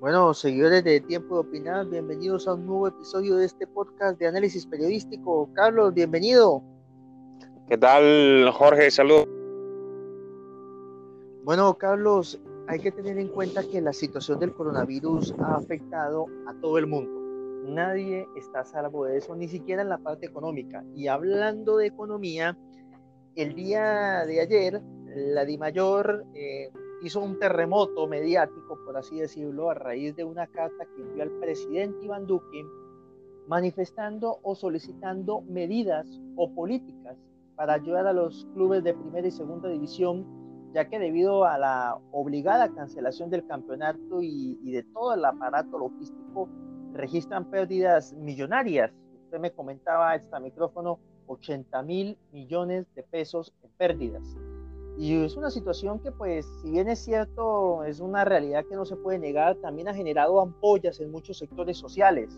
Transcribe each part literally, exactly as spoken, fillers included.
Bueno, seguidores de Tiempo de Opinar, bienvenidos a un nuevo episodio de este podcast de análisis periodístico. Carlos, bienvenido. ¿Qué tal, Jorge? Saludos. Bueno, Carlos, hay que tener en cuenta que la situación del coronavirus ha afectado a todo el mundo. Nadie está a salvo de eso, ni siquiera en la parte económica. Y hablando de economía, el día de ayer, la DIMAYOR eh, hizo un terremoto mediático, por así decirlo, a raíz de una carta que envió al presidente Iván Duque manifestando o solicitando medidas o políticas para ayudar a los clubes de primera y segunda división, ya que debido a la obligada cancelación del campeonato y, y de todo el aparato logístico, registran pérdidas millonarias. Usted me comentaba extra micrófono, ochenta mil millones de pesos en pérdidas. Y es una situación que, pues, si bien es cierto, es una realidad que no se puede negar, también ha generado ampollas en muchos sectores sociales.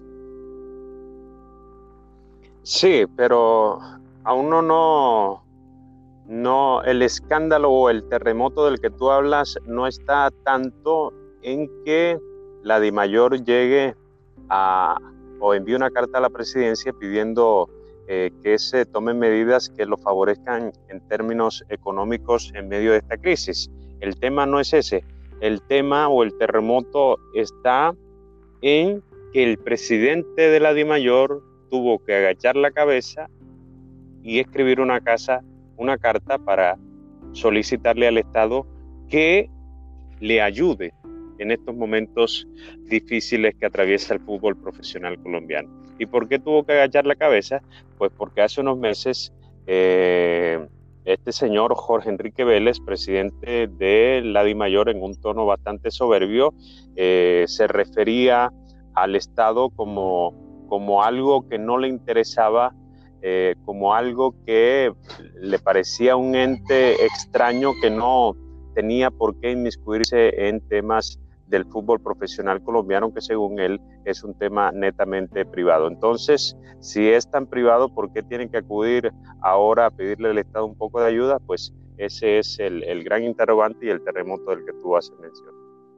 Sí, pero aún no, no, no, el escándalo o el terremoto del que tú hablas no está tanto en que la DIMAYOR llegue a o envíe una carta a la presidencia pidiendo eh, que se tomen medidas que lo favorezcan en términos económicos en medio de esta crisis. El tema no es ese. El tema o el terremoto está en que el presidente de la DIMAYOR tuvo que agachar la cabeza y escribir una, casa, una carta para solicitarle al Estado que le ayude en estos momentos difíciles que atraviesa el fútbol profesional colombiano. ¿Y por qué tuvo que agachar la cabeza? Pues porque hace unos meses eh, este señor Jorge Enrique Vélez, presidente de la DIMAYOR, en un tono bastante soberbio, eh, se refería al Estado como, como algo que no le interesaba, eh, como algo que le parecía un ente extraño que no tenía por qué inmiscuirse en temas del fútbol profesional colombiano, que según él es un tema netamente privado. Entonces, si es tan privado, ¿por qué tienen que acudir ahora a pedirle al Estado un poco de ayuda? Pues ese es el, el gran interrogante y el terremoto del que tú haces mención.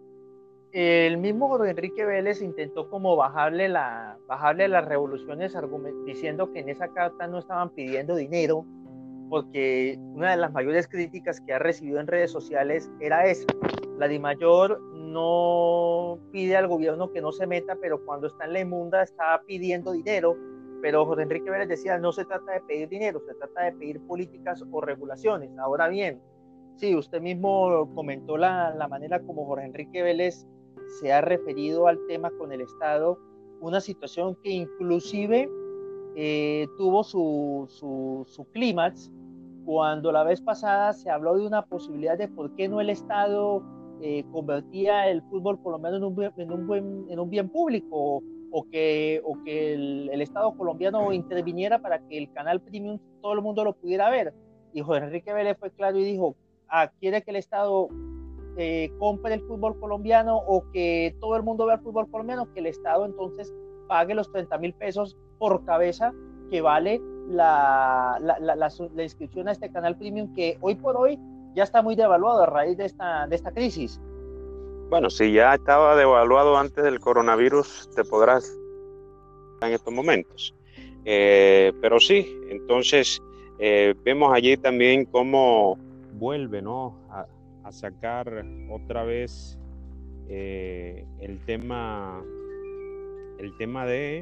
El mismo Jorge Enrique Vélez intentó como bajarle, la, bajarle las revoluciones diciendo que en esa carta no estaban pidiendo dinero, porque una de las mayores críticas que ha recibido en redes sociales era esa. La DIMAYOR no pide al gobierno que no se meta, pero cuando está en la inmunda está pidiendo dinero. Pero Jorge Enrique Vélez decía, no se trata de pedir dinero, se trata de pedir políticas o regulaciones. Ahora bien, sí, usted mismo comentó la, la manera como Jorge Enrique Vélez se ha referido al tema con el Estado, una situación que inclusive eh, tuvo su, su, su clímax cuando la vez pasada se habló de una posibilidad de por qué no el Estado eh, convertía el fútbol colombiano en un, en un, buen, en un bien público, o que, o que el, el Estado colombiano interviniera para que el canal premium todo el mundo lo pudiera ver. Y Jorge Enrique Vélez fue claro y dijo, ah, ¿quiere que el Estado eh, compre el fútbol colombiano o que todo el mundo vea el fútbol colombiano? Que el Estado entonces pague los treinta mil pesos por cabeza que vale la, la, la, la, la inscripción a este canal premium, que hoy por hoy ya está muy devaluado a raíz de esta, de esta crisis. Bueno, si ya estaba devaluado antes del coronavirus, te podrás en estos momentos. Eh, pero sí, entonces eh, vemos allí también cómo vuelve, ¿no?, a, a sacar otra vez eh, el tema el tema de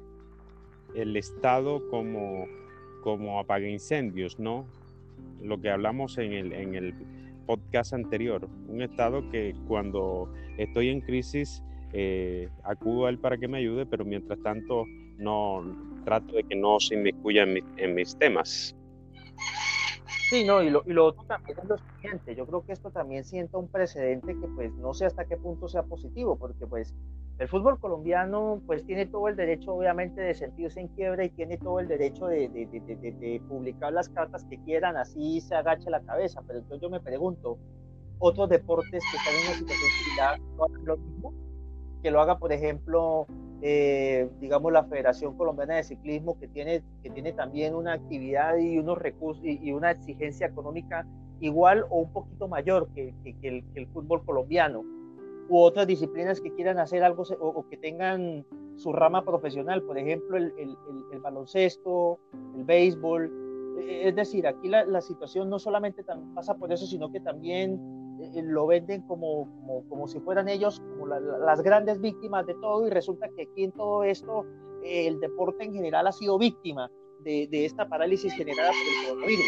el Estado como, como apaga-incendios, ¿no? Lo que hablamos en el, en el podcast anterior. Un Estado que cuando estoy en crisis eh, acudo a él para que me ayude, pero mientras tanto no trato de que no se inmiscuya en, mi, en mis temas. Sí, no, y lo, y lo otro también es lo siguiente, yo creo que esto también sienta un precedente que pues no sé hasta qué punto sea positivo, porque pues el fútbol colombiano pues tiene todo el derecho obviamente de sentirse en quiebra y tiene todo el derecho de, de, de, de, de publicar las cartas que quieran, así se agache la cabeza, pero entonces yo me pregunto, otros deportes que están en una situación similar no hacen lo mismo, que lo haga por ejemplo eh, digamos la Federación Colombiana de Ciclismo, que tiene, que tiene también una actividad y unos recursos y, y una exigencia económica igual o un poquito mayor que, que, que, el, que el fútbol colombiano. u otras disciplinas que quieran hacer algo o, o que tengan su rama profesional, por ejemplo, el, el, el, el baloncesto, el béisbol. Es decir, aquí la, la situación no solamente tan, pasa por eso, sino que también eh, lo venden como, como, como si fueran ellos como la, la, las grandes víctimas de todo, y resulta que aquí en todo esto eh, el deporte en general ha sido víctima de, de esta parálisis generada por el coronavirus.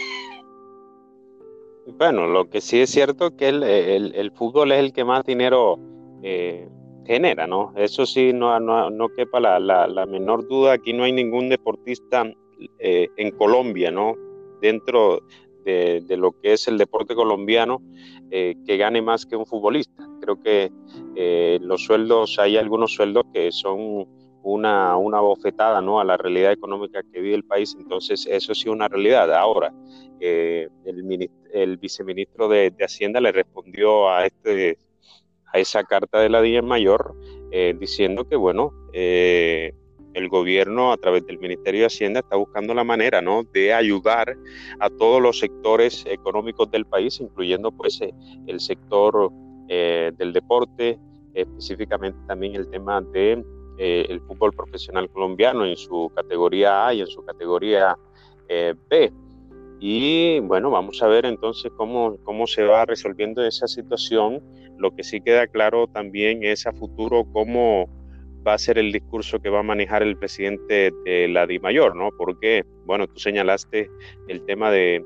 Bueno, lo que sí es cierto es que el, el, el fútbol es el que más dinero eh, genera, ¿no? Eso sí, no, no, no quepa la, la, la menor duda. Aquí no hay ningún deportista eh, en Colombia, ¿no? Dentro de, de lo que es el deporte colombiano, eh, que gane más que un futbolista. Creo que eh, los sueldos, hay algunos sueldos que son una, una bofetada, ¿no?, a la realidad económica que vive el país. Entonces eso sí es una realidad. Ahora, eh, el, el viceministro de, de Hacienda le respondió a, este, a esa carta de la D I M Mayor eh, diciendo que, bueno, eh, el gobierno a través del Ministerio de Hacienda está buscando la manera, ¿no?, de ayudar a todos los sectores económicos del país, incluyendo pues el sector eh, del deporte, específicamente también el tema de Eh, el fútbol profesional colombiano en su categoría A y en su categoría eh, B. Y bueno, vamos a ver entonces cómo, cómo se va resolviendo esa situación. Lo que sí queda claro también es a futuro cómo va a ser el discurso que va a manejar el presidente de la DIMAYOR, ¿no? Porque, bueno, tú señalaste el tema de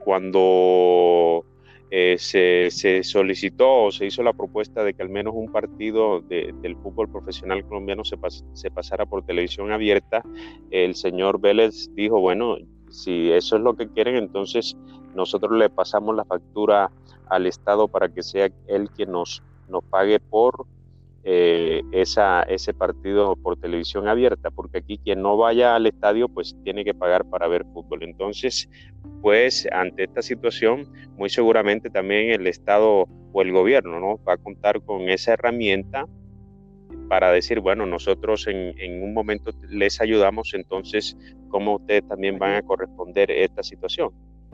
cuando Eh, se, se solicitó o se hizo la propuesta de que al menos un partido de, del fútbol profesional colombiano se, pas, se pasara por televisión abierta. El señor Vélez dijo, bueno, si eso es lo que quieren, entonces nosotros le pasamos la factura al Estado para que sea él quien nos, nos pague por eh, esa, ese partido por televisión abierta, porque aquí quien no vaya al estadio pues tiene que pagar para ver fútbol. Entonces, pues ante esta situación, muy seguramente también el Estado o el gobierno, ¿no?, va a contar con esa herramienta para decir, bueno, nosotros en, en un momento les ayudamos, entonces, ¿cómo ustedes también van a corresponder esta situación?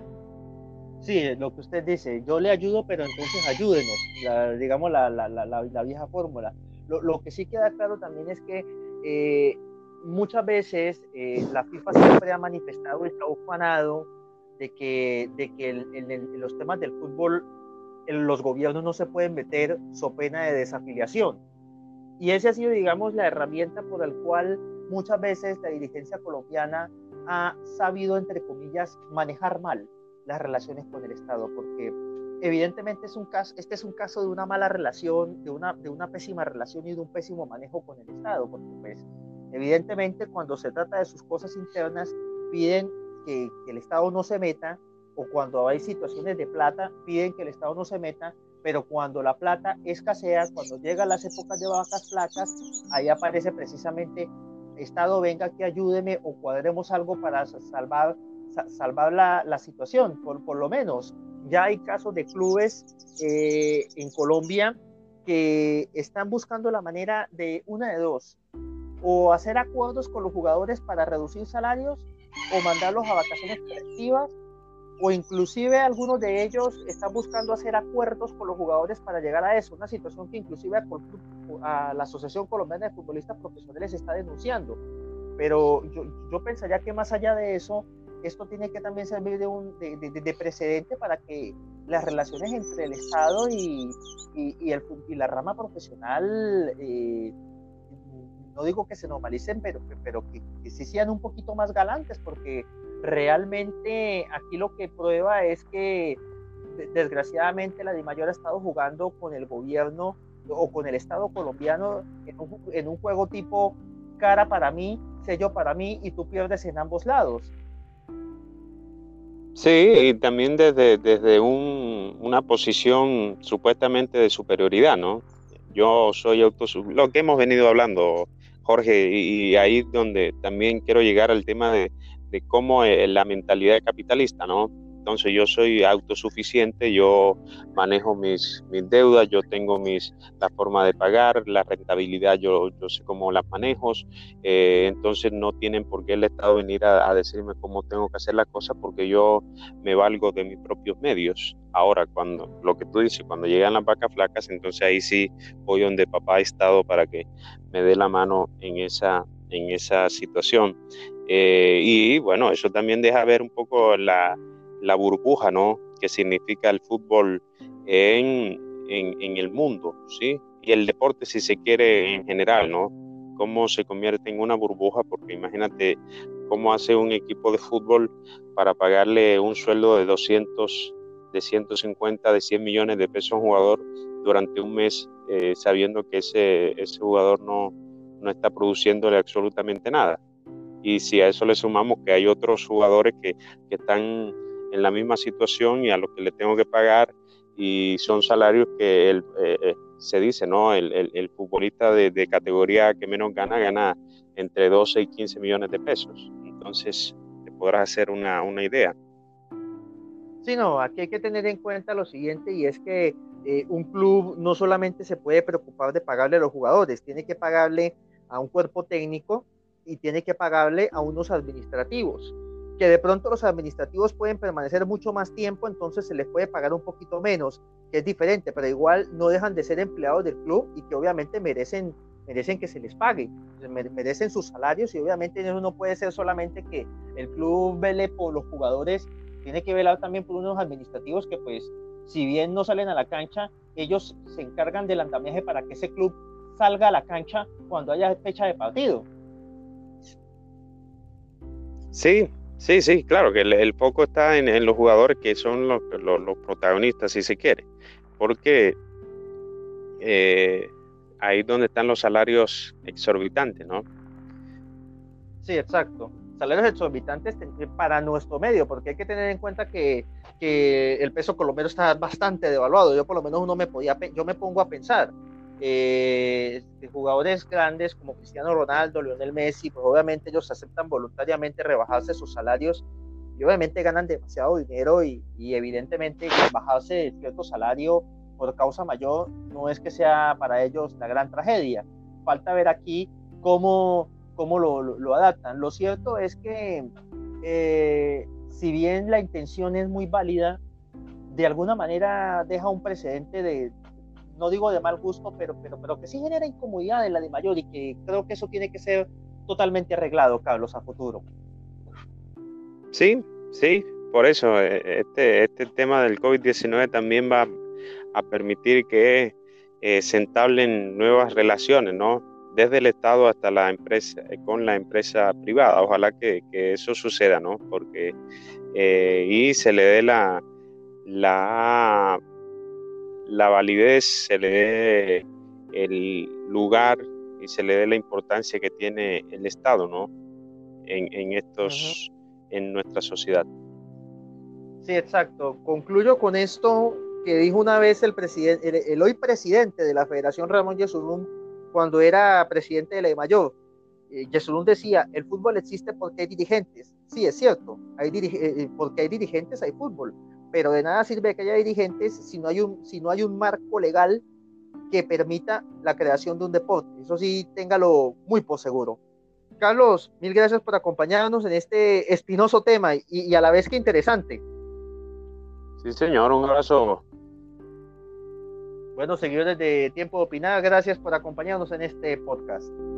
Sí, lo que usted dice, yo le ayudo, pero entonces ayúdenos, la, digamos la, la, la, la vieja fórmula. Lo, lo que sí queda claro también es que eh, muchas veces eh, la FIFA siempre ha manifestado y está ufanado de que, de que el, el, en los temas del fútbol el, los gobiernos no se pueden meter so pena de desafiliación. Y esa ha sido, digamos, la herramienta por la cual muchas veces la dirigencia colombiana ha sabido, entre comillas, manejar mal las relaciones con el Estado, porque evidentemente es un caso, este es un caso de una mala relación, de una, de una pésima relación y de un pésimo manejo con el Estado, porque pues evidentemente cuando se trata de sus cosas internas piden que, que el Estado no se meta, o cuando hay situaciones de plata piden que el Estado no se meta, pero cuando la plata escasea, cuando llegan las épocas de vacas flacas, ahí aparece precisamente, Estado, venga que ayúdeme o cuadremos algo para salvar salvar la, la situación, por, por lo menos. Ya hay casos de clubes eh, en Colombia que están buscando la manera de una de dos, o hacer acuerdos con los jugadores para reducir salarios, o mandarlos a vacaciones colectivas, o inclusive algunos de ellos están buscando hacer acuerdos con los jugadores para llegar a eso, una situación que inclusive a, a la Asociación Colombiana de Futbolistas Profesionales está denunciando. Pero yo, yo pensaría que más allá de eso, esto tiene que también servir de, un, de, de, de precedente para que las relaciones entre el Estado y, y, y, el, y la rama profesional, eh, no digo que se normalicen, pero, pero que, que sí sean un poquito más galantes, porque realmente aquí lo que prueba es que desgraciadamente la DIMAYOR ha estado jugando con el gobierno o con el Estado colombiano en un, en un juego tipo cara para mí, sello para mí, y tú pierdes en ambos lados. Sí, y también desde, desde un, una posición supuestamente de superioridad, ¿no? Yo soy autosuficiente, lo que hemos venido hablando, Jorge, y, y ahí donde también quiero llegar al tema de, de cómo eh, la mentalidad capitalista, ¿no? Entonces yo soy autosuficiente, yo manejo mis, mis deudas, yo tengo mis, la forma de pagar, la rentabilidad, yo, yo sé cómo las manejo, eh, entonces no tienen por qué el Estado venir a, a decirme cómo tengo que hacer las cosas porque yo me valgo de mis propios medios. Ahora, cuando lo que tú dices, cuando llegan las vacas flacas, entonces ahí sí voy donde papá ha estado para que me dé la mano en esa, en esa situación. Eh, y bueno, eso también deja ver un poco la, la burbuja, ¿no? Que significa el fútbol en, en, en el mundo, ¿sí? Y el deporte, si se quiere, en general, ¿no? Cómo se convierte en una burbuja, porque imagínate cómo hace un equipo de fútbol para pagarle un sueldo de doscientos, de ciento cincuenta, de cien millones de pesos a un jugador durante un mes, eh, sabiendo que ese, ese jugador no, no está produciéndole absolutamente nada. Y si a eso le sumamos que hay otros jugadores que, que están en la misma situación y a los que le tengo que pagar, y son salarios que el, eh, se dice, ¿no? El, el, el futbolista de, de categoría que menos gana, gana entre doce y quince millones de pesos. Entonces, te podrás hacer una, una idea. Sí, no, aquí hay que tener en cuenta lo siguiente, y es que eh, un club no solamente se puede preocupar de pagarle a los jugadores, tiene que pagarle a un cuerpo técnico y tiene que pagarle a unos administrativos, que de pronto los administrativos pueden permanecer mucho más tiempo, entonces se les puede pagar un poquito menos, que es diferente, pero igual no dejan de ser empleados del club y que obviamente merecen, merecen que se les pague, merecen sus salarios, y obviamente eso no puede ser solamente que el club vele por los jugadores, tiene que velar también por unos administrativos que, pues, si bien no salen a la cancha, ellos se encargan del andamiaje para que ese club salga a la cancha cuando haya fecha de partido. Sí, sí, sí, claro, que el, el foco está en, en los jugadores que son los, los, los protagonistas, si se quiere, porque eh, ahí es donde están los salarios exorbitantes, ¿no? Sí, exacto. Salarios exorbitantes para nuestro medio, porque hay que tener en cuenta que, que el peso colombiano está bastante devaluado. Yo por lo menos uno me podía, yo me pongo a pensar, eh, jugadores grandes como Cristiano Ronaldo, Lionel Messi, pues obviamente ellos aceptan voluntariamente rebajarse sus salarios y obviamente ganan demasiado dinero, y, y evidentemente bajarse de cierto salario por causa mayor no es que sea para ellos la gran tragedia. Falta ver aquí cómo cómo lo, lo, lo adaptan. Lo cierto es que eh, si bien la intención es muy válida, de alguna manera deja un precedente de, no digo de mal gusto, pero, pero, pero que sí genera incomodidad en la de mayor, y que creo que eso tiene que ser totalmente arreglado, Carlos, a futuro. Sí, sí, por eso este, este tema del COVID diecinueve también va a permitir que eh, se entablen nuevas relaciones, ¿no? Desde el Estado hasta la empresa, con la empresa privada. Ojalá que, que eso suceda, ¿no? Porque eh, y se le dé la, la, la validez, se le dé el lugar y se le dé la importancia que tiene el Estado, ¿no? En, en estos, uh-huh. en nuestra sociedad. Sí, exacto. Concluyo con esto que dijo una vez el presidente, el, el hoy presidente de la Federación, Ramón Yesurún, cuando era presidente de la DIMAYOR. Eh, Yesurún decía, el fútbol existe porque hay dirigentes. Sí, es cierto, hay dirige- eh, porque hay dirigentes hay fútbol, pero de nada sirve que haya dirigentes si no hay un, si no hay un marco legal que permita la creación de un deporte. Eso sí, téngalo muy por seguro. Carlos, mil gracias por acompañarnos en este espinoso tema y, y a la vez que interesante. Sí, señor, un abrazo. Bueno, seguidores de Tiempo de Opinar, gracias por acompañarnos en este podcast.